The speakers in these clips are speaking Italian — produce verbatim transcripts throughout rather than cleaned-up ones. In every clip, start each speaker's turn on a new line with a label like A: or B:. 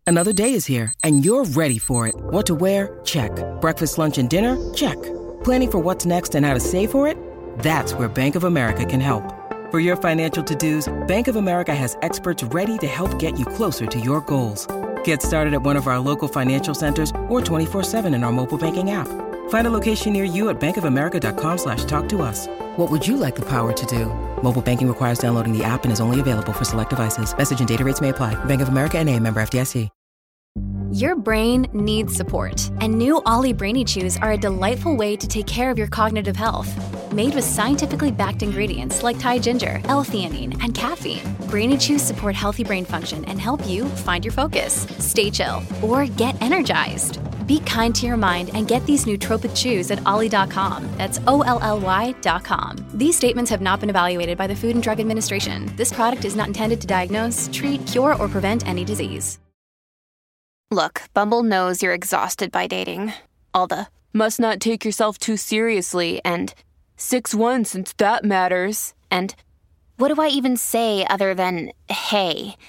A: Another day is here, and you're ready for it. What to wear? Check. Breakfast, lunch, and dinner? Check. Planning for what's next and how to save for it? That's where Bank of America can help. For your financial to-dos, Bank of America has experts ready to help get you closer to your goals. Get started at one of our local financial centers or twenty-four seven in our mobile banking app. Find a location near you at bankofamerica.com slash talk to us. What would you like the power to do? Mobile banking requires downloading the app and is only available for select devices. Message and data rates may apply. Bank of America N A, member F D I C.
B: Your brain needs support, and new Ollie Brainy Chews are a delightful way to take care of your cognitive health. Made with scientifically backed ingredients like Thai ginger, L-theanine, and caffeine, Brainy Chews support healthy brain function and help you find your focus, stay chill, or get energized. Be kind to your mind and get these nootropic chews at ollie dot com. That's O L L Y dot com. These statements have not been evaluated by the Food and Drug Administration. This product is not intended to diagnose, treat, cure, or prevent any disease.
C: Look, Bumble knows you're exhausted by dating. All the, must not take yourself too seriously, and six one since that matters, and what do I even say other than, hey?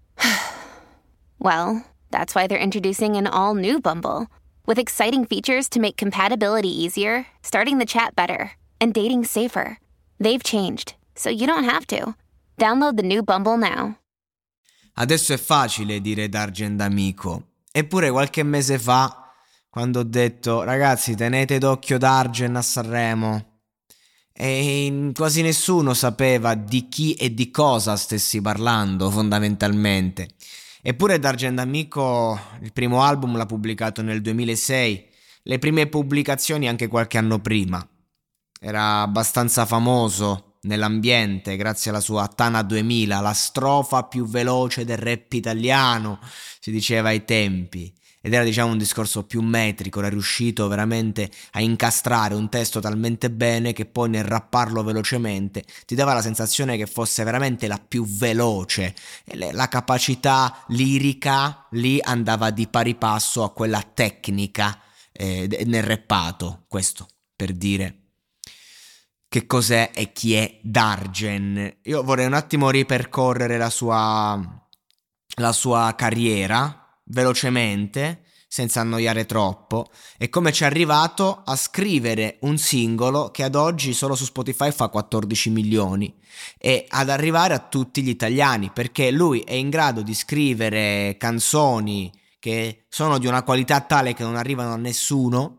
C: Well, that's why they're introducing an all-new Bumble, with exciting features to make compatibility easier, starting the chat better, and dating safer. They've changed, so you don't have to. Download the new Bumble now.
D: Adesso è facile dire Dargen d'amico. Eppure qualche mese fa, quando ho detto ragazzi tenete d'occhio Dargen a Sanremo, e quasi nessuno sapeva di chi e di cosa stessi parlando fondamentalmente. Eppure Dargen d'amico, il primo album l'ha pubblicato nel duemilasei, le prime pubblicazioni anche qualche anno prima. Era abbastanza famoso nell'ambiente grazie alla sua Tana duemila, la strofa più veloce del rap italiano, si diceva ai tempi, ed era diciamo un discorso più metrico, era riuscito veramente a incastrare un testo talmente bene che poi nel rapparlo velocemente ti dava la sensazione che fosse veramente la più veloce, e la capacità lirica lì andava di pari passo a quella tecnica eh, nel rappato, questo per dire che cos'è e chi è Dargen. Io vorrei un attimo ripercorrere la sua la sua carriera velocemente, senza annoiare troppo, e come ci è arrivato a scrivere un singolo che ad oggi solo su Spotify fa quattordici milioni, e ad arrivare a tutti gli italiani, perché lui è in grado di scrivere canzoni che sono di una qualità tale che non arrivano a nessuno,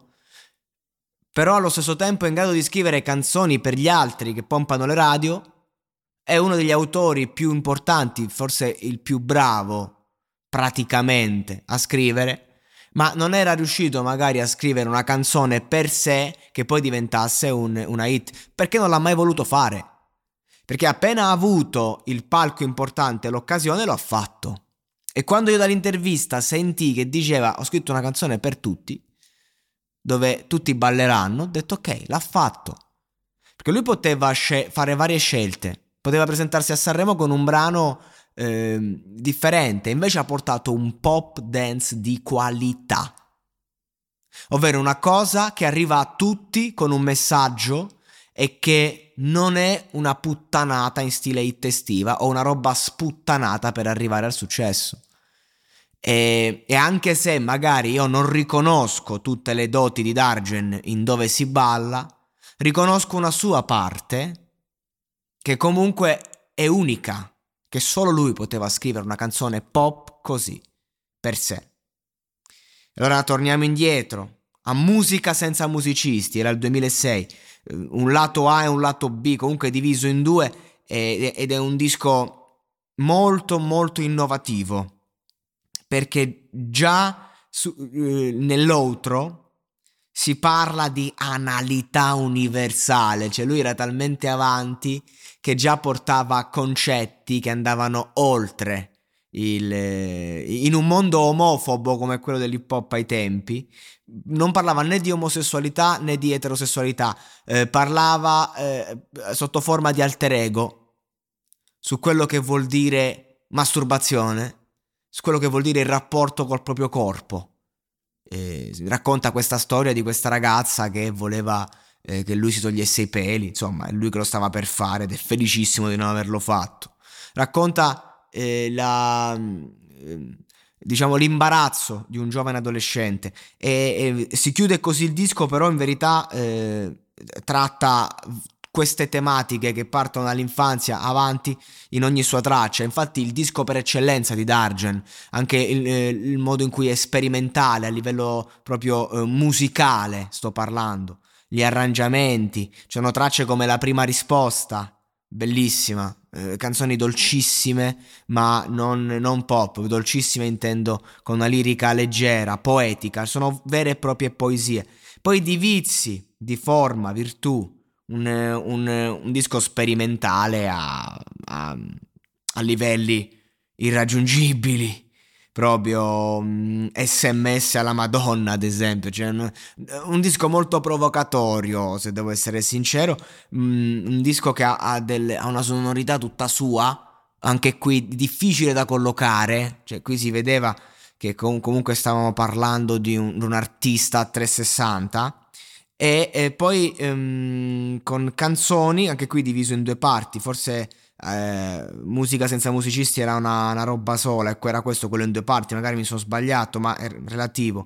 D: però allo stesso tempo è in grado di scrivere canzoni per gli altri che pompano le radio. È uno degli autori più importanti, forse il più bravo praticamente a scrivere, ma non era riuscito magari a scrivere una canzone per sé che poi diventasse un, una hit, perché non l'ha mai voluto fare, perché appena ha avuto il palco importante, l'occasione, lo ha fatto. E quando io dall'intervista sentì che diceva ho scritto una canzone per tutti, dove tutti balleranno, ho detto ok, l'ha fatto, perché lui poteva sce- fare varie scelte. Poteva presentarsi a Sanremo con un brano eh, differente, invece ha portato un pop dance di qualità, ovvero una cosa che arriva a tutti con un messaggio e che non è una puttanata in stile hit estiva o una roba sputtanata per arrivare al successo. E, e anche se magari io non riconosco tutte le doti di Dargen in Dove si balla, riconosco una sua parte che comunque è unica, che solo lui poteva scrivere una canzone pop così, per sé. Allora torniamo indietro, a Musica senza musicisti, era il duemilasei, un lato A e un lato B, comunque diviso in due, ed è un disco molto molto innovativo, perché già su, eh, nell'outro si parla di analità universale, cioè lui era talmente avanti che già portava concetti che andavano oltre il, in un mondo omofobo come quello dell'hip hop ai tempi. Non parlava né di omosessualità né di eterosessualità, eh, parlava eh, sotto forma di alter ego, su quello che vuol dire masturbazione, su quello che vuol dire il rapporto col proprio corpo. Eh, racconta questa storia di questa ragazza che voleva eh, che lui si togliesse i peli, insomma è lui che lo stava per fare ed è felicissimo di non averlo fatto. Racconta eh, la, eh, diciamo l'imbarazzo di un giovane adolescente, e, e si chiude così il disco, però in verità eh, tratta queste tematiche che partono dall'infanzia avanti in ogni sua traccia. Infatti il disco per eccellenza di Dargen, anche il, il modo in cui è sperimentale a livello proprio eh, musicale, sto parlando, gli arrangiamenti, ci sono tracce come La prima risposta, bellissima, eh, canzoni dolcissime ma non, non pop, dolcissime intendo con una lirica leggera, poetica, sono vere e proprie poesie. Poi di vizi, di forma, virtù, un, un, un disco sperimentale a, a, a livelli irraggiungibili, proprio um, sms alla Madonna ad esempio, cioè, un, un disco molto provocatorio, se devo essere sincero, um, un disco che ha, ha, delle, ha una sonorità tutta sua, anche qui difficile da collocare, cioè qui si vedeva che com- comunque stavamo parlando di un, di un artista a trecentosessanta. E, e poi um, con canzoni, anche qui diviso in due parti, forse eh, Musica senza musicisti era una, una roba sola, ecco, era questo quello in due parti, magari mi sono sbagliato, ma è relativo.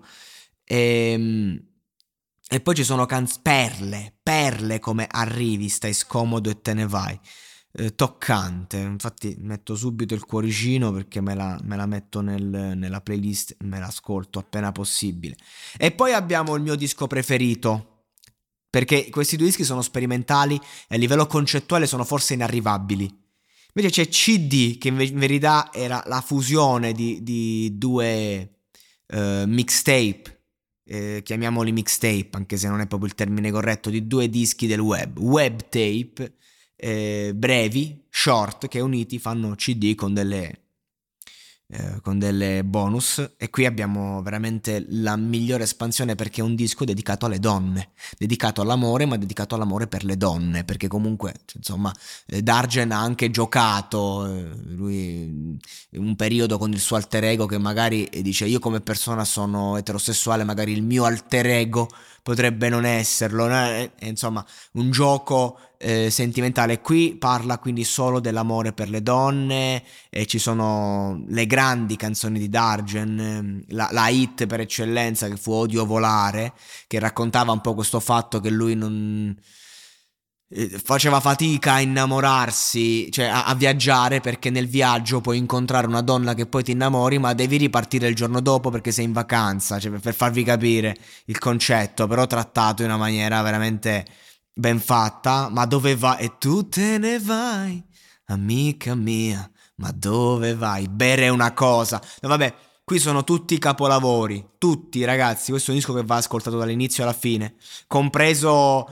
D: E, e poi ci sono canz- perle, perle come Arrivi, stai scomodo e te ne vai, eh, toccante, infatti metto subito il cuoricino perché me la, me la metto nel, nella playlist, me l'ascolto appena possibile. E poi abbiamo il mio disco preferito, perché questi due dischi sono sperimentali e a livello concettuale sono forse inarrivabili. Invece c'è C D, che in verità era la fusione di, di due uh, mixtape, eh, chiamiamoli mixtape anche se non è proprio il termine corretto, di due dischi del web, web tape, eh, brevi, short, che uniti fanno C D con delle... Eh, con delle bonus. E qui abbiamo veramente la migliore espansione, perché è un disco dedicato alle donne, dedicato all'amore, ma dedicato all'amore per le donne, perché comunque insomma eh, Dargen ha anche giocato eh, lui un periodo con il suo alter ego, che magari dice io come persona sono eterosessuale, magari il mio alter ego potrebbe non esserlo, eh? E, insomma un gioco eh, sentimentale. Qui parla quindi solo dell'amore per le donne, e ci sono le grandi canzoni di Dargen, la, la hit per eccellenza che fu Odio volare, che raccontava un po' questo fatto che lui non eh, faceva fatica a innamorarsi, cioè a, a viaggiare, perché nel viaggio puoi incontrare una donna che poi ti innamori, ma devi ripartire il giorno dopo perché sei in vacanza, cioè per, per farvi capire il concetto, però trattato in una maniera veramente ben fatta. Ma dove vai? E tu te ne vai, amica mia, ma dove vai? Bere è una cosa. No, vabbè, qui sono tutti capolavori, tutti ragazzi, questo è un disco che va ascoltato dall'inizio alla fine, compreso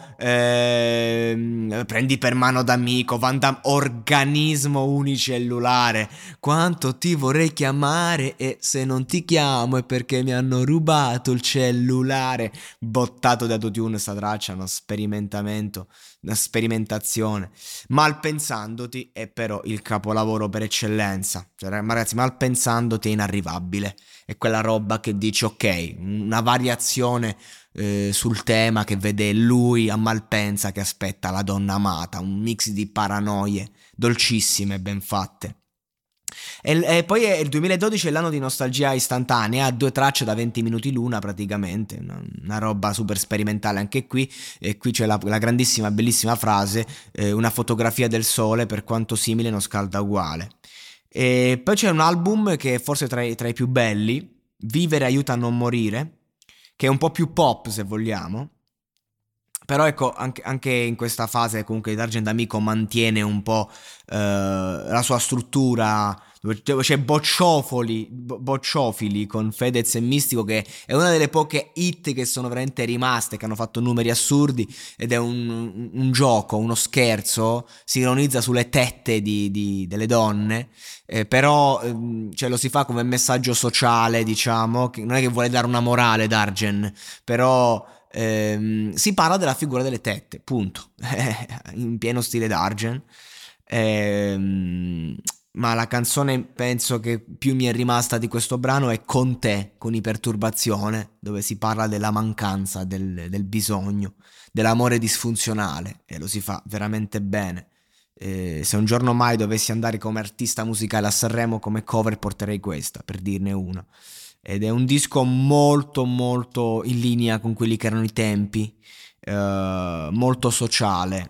D: eh, Prendi per mano d'amico, Van Damme, Organismo unicellulare, Quanto ti vorrei chiamare e se non ti chiamo è perché mi hanno rubato il cellulare, bottato da autotune sta traccia, uno sperimentamento, una sperimentazione. Malpensandoti è però il capolavoro per eccellenza, cioè ragazzi, Malpensandoti è inarrivabile, è quella roba che dice ok, una variazione eh, sul tema che vede lui a Malpensa che aspetta la donna amata, un mix di paranoie dolcissime ben fatte. E, e poi è il duemiladodici, è l'anno di nostalgia istantanea, ha due tracce da venti minuti l'una praticamente, una, una roba super sperimentale anche qui. E qui c'è la, la grandissima bellissima frase eh, una fotografia del sole per quanto simile non scalda uguale. E poi c'è un album che è forse tra i, tra i più belli, Vivere aiuta a non morire, che è un po' più pop se vogliamo, però ecco anche, anche in questa fase comunque Dargen D'Amico mantiene un po' eh, la sua struttura, dove c'è Bocciofoli, Bo- Bocciofili con Fedez e Mistico, che è una delle poche hit che sono veramente rimaste, che hanno fatto numeri assurdi, ed è un, un, un gioco, uno scherzo, si ironizza sulle tette di, di, delle donne, eh, però ehm, cioè, lo si fa come messaggio sociale, diciamo, che non è che vuole dare una morale Dargen, però ehm, si parla della figura delle tette, punto, in pieno stile Dargen. ehm Ma la canzone penso che più mi è rimasta di questo brano è Con te, con Iperturbazione, dove si parla della mancanza, del, del bisogno, dell'amore disfunzionale, e lo si fa veramente bene. Eh, se un giorno mai dovessi andare come artista musicale a Sanremo, come cover porterei questa, per dirne una. Ed è un disco molto molto in linea con quelli che erano i tempi, eh, molto sociale,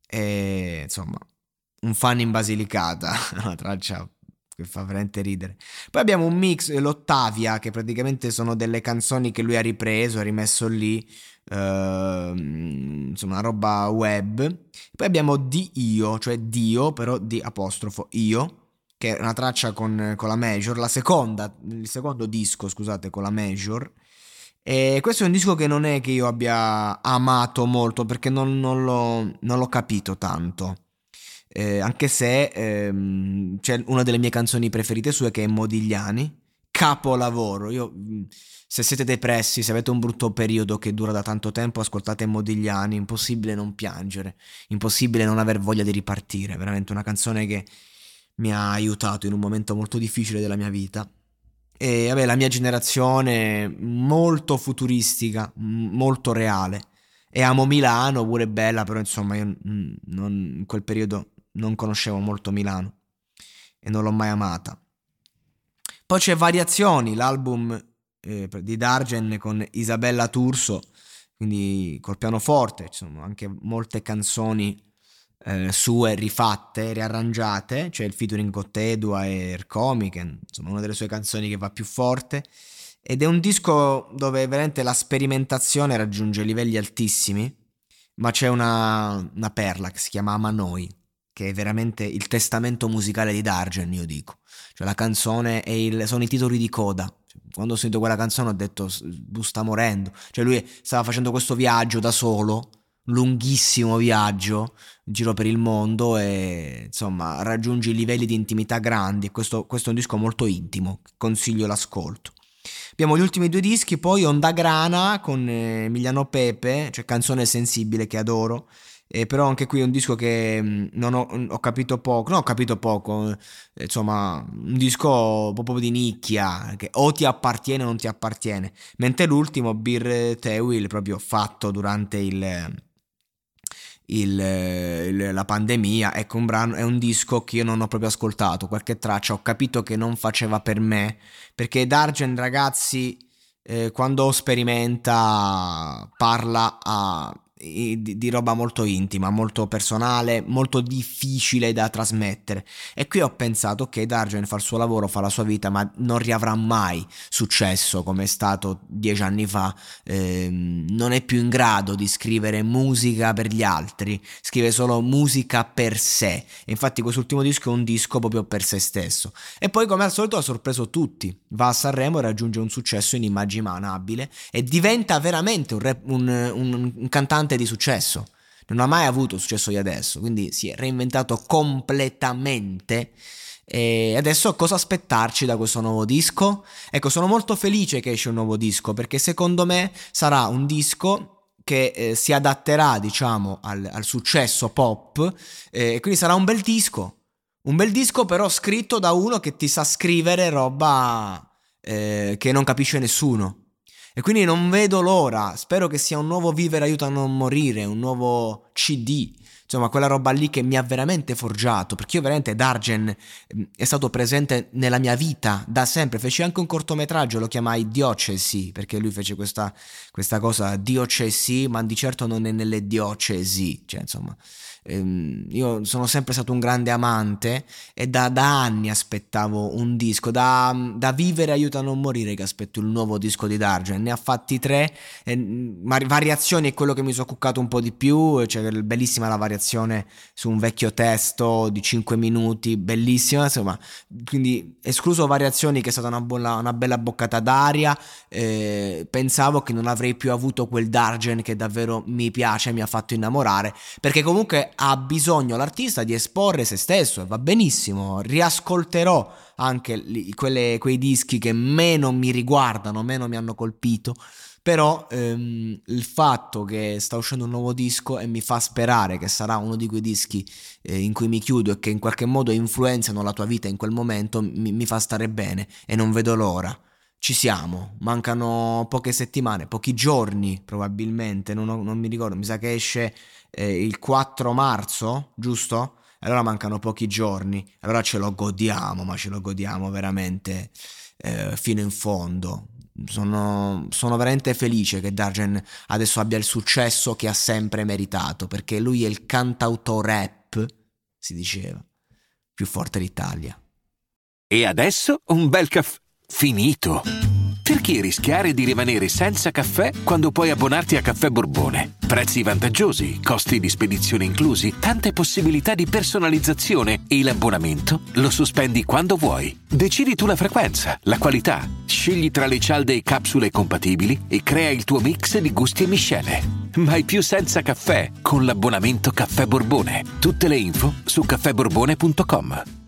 D: e insomma un fan in Basilicata, una traccia che fa veramente ridere. Poi abbiamo un mix, l'Ottavia, che praticamente sono delle canzoni che lui ha ripreso, ha rimesso lì, uh, insomma una roba web. Poi abbiamo Di Io, cioè Dio, però di apostrofo Io, che è una traccia con, con la Major, la seconda, il secondo disco, scusate, con la Major. E questo è un disco che non è che io abbia amato molto, perché non, non, l'ho, non l'ho capito tanto. Eh, anche se ehm, c'è una delle mie canzoni preferite sue, che è Modigliani, capolavoro. Io, se siete depressi, se avete un brutto periodo che dura da tanto tempo, ascoltate Modigliani, impossibile non piangere, impossibile non aver voglia di ripartire. Veramente una canzone che mi ha aiutato in un momento molto difficile della mia vita. E vabbè, la mia generazione molto futuristica, molto reale. E amo Milano, pure bella, però insomma io non, in quel periodo non conoscevo molto Milano e non l'ho mai amata. Poi c'è Variazioni, l'album eh, di Dargen con Isabella Turso, quindi col pianoforte. Ci sono anche molte canzoni eh, sue rifatte, riarrangiate. C'è il featuring con Tedua e Ercomi, che insomma è una delle sue canzoni che va più forte. Ed è un disco dove veramente la sperimentazione raggiunge livelli altissimi, ma c'è una, una perla che si chiama Ama Noi, che è veramente il testamento musicale di Dargen, io dico. Cioè la canzone e il, sono i titoli di coda. Quando ho sentito quella canzone ho detto, lui sta morendo. Cioè lui stava facendo questo viaggio da solo, lunghissimo viaggio, in giro per il mondo, e insomma raggiungi livelli di intimità grandi. Questo, questo è un disco molto intimo, consiglio l'ascolto. Abbiamo gli ultimi due dischi, poi Onda Grana con eh, Emiliano Pepe, cioè Canzone Sensibile, che adoro. Eh, però anche qui è un disco che mh, non ho, ho capito poco, no ho capito poco, eh, insomma un disco proprio di nicchia, che o ti appartiene o non ti appartiene, mentre l'ultimo, Beer Tewil, proprio fatto durante il, il, il, la pandemia, ecco, un brano, è un disco che io non ho proprio ascoltato, qualche traccia ho capito che non faceva per me, perché Dargen, ragazzi, eh, quando sperimenta parla a Di, di roba molto intima, molto personale, molto difficile da trasmettere. E qui ho pensato, ok, Dargen fa il suo lavoro, fa la sua vita, ma non riavrà mai successo come è stato dieci anni fa. Ehm, non è più in grado di scrivere musica per gli altri, scrive solo musica per sé. E infatti quest'ultimo disco è un disco proprio per se stesso. E poi, come al solito, ha sorpreso tutti. Va a Sanremo e raggiunge un successo inimmaginabile e diventa veramente un, rap, un, un, un cantante di successo. Non ha mai avuto successo di adesso, quindi si è reinventato completamente. E adesso cosa aspettarci da questo nuovo disco? Ecco, sono molto felice che esce un nuovo disco, perché secondo me sarà un disco che eh, si adatterà, diciamo, al, al successo pop, e eh, quindi sarà un bel disco. Un bel disco però scritto da uno che ti sa scrivere roba eh, che non capisce nessuno. E quindi non vedo l'ora, spero che sia un nuovo Vivere aiuta a non morire, un nuovo C D, insomma quella roba lì che mi ha veramente forgiato, perché io veramente Dargen è stato presente nella mia vita da sempre. Feci anche un cortometraggio, lo chiamai Diocesi, perché lui fece questa, questa cosa, diocesi, ma di certo non è nelle diocesi, cioè insomma ehm, io sono sempre stato un grande amante e da, da anni aspettavo un disco, da, da Vivere aiuta a non morire che aspetto il nuovo disco di Dargen. Ne ha fatti tre, eh, ma Variazioni è quello che mi sono cuccato un po' di più, cioè bellissima la variazione su un vecchio testo di cinque minuti, bellissima, insomma, quindi escluso Variazioni, che è stata una, buona, una bella boccata d'aria. Eh, pensavo che non avrei più avuto quel Dargen che davvero mi piace, mi ha fatto innamorare, perché comunque ha bisogno l'artista di esporre se stesso, e va benissimo. Riascolterò anche li, quelle, quei dischi che meno mi riguardano, meno mi hanno colpito, però ehm, il fatto che sta uscendo un nuovo disco e mi fa sperare che sarà uno di quei dischi eh, in cui mi chiudo e che in qualche modo influenzano la tua vita in quel momento, mi, mi fa stare bene e non vedo l'ora. Ci siamo, mancano poche settimane, pochi giorni probabilmente, non, ho, non mi ricordo, mi sa che esce eh, il quattro marzo, giusto? allora mancano pochi giorni, allora ce lo godiamo, ma ce lo godiamo veramente eh, fino in fondo. Sono, sono veramente felice che Dargen adesso abbia il successo che ha sempre meritato, perché lui è il cantautore rap, si diceva, più forte d'Italia.
E: E adesso un bel caffè finito. Perché rischiare di rimanere senza caffè quando puoi abbonarti a Caffè Borbone? Prezzi vantaggiosi, costi di spedizione inclusi, tante possibilità di personalizzazione e l'abbonamento lo sospendi quando vuoi. Decidi tu la frequenza, la qualità, scegli tra le cialde e capsule compatibili e crea il tuo mix di gusti e miscele. Mai più senza caffè con l'abbonamento Caffè Borbone. Tutte le info su caffè borbone punto com.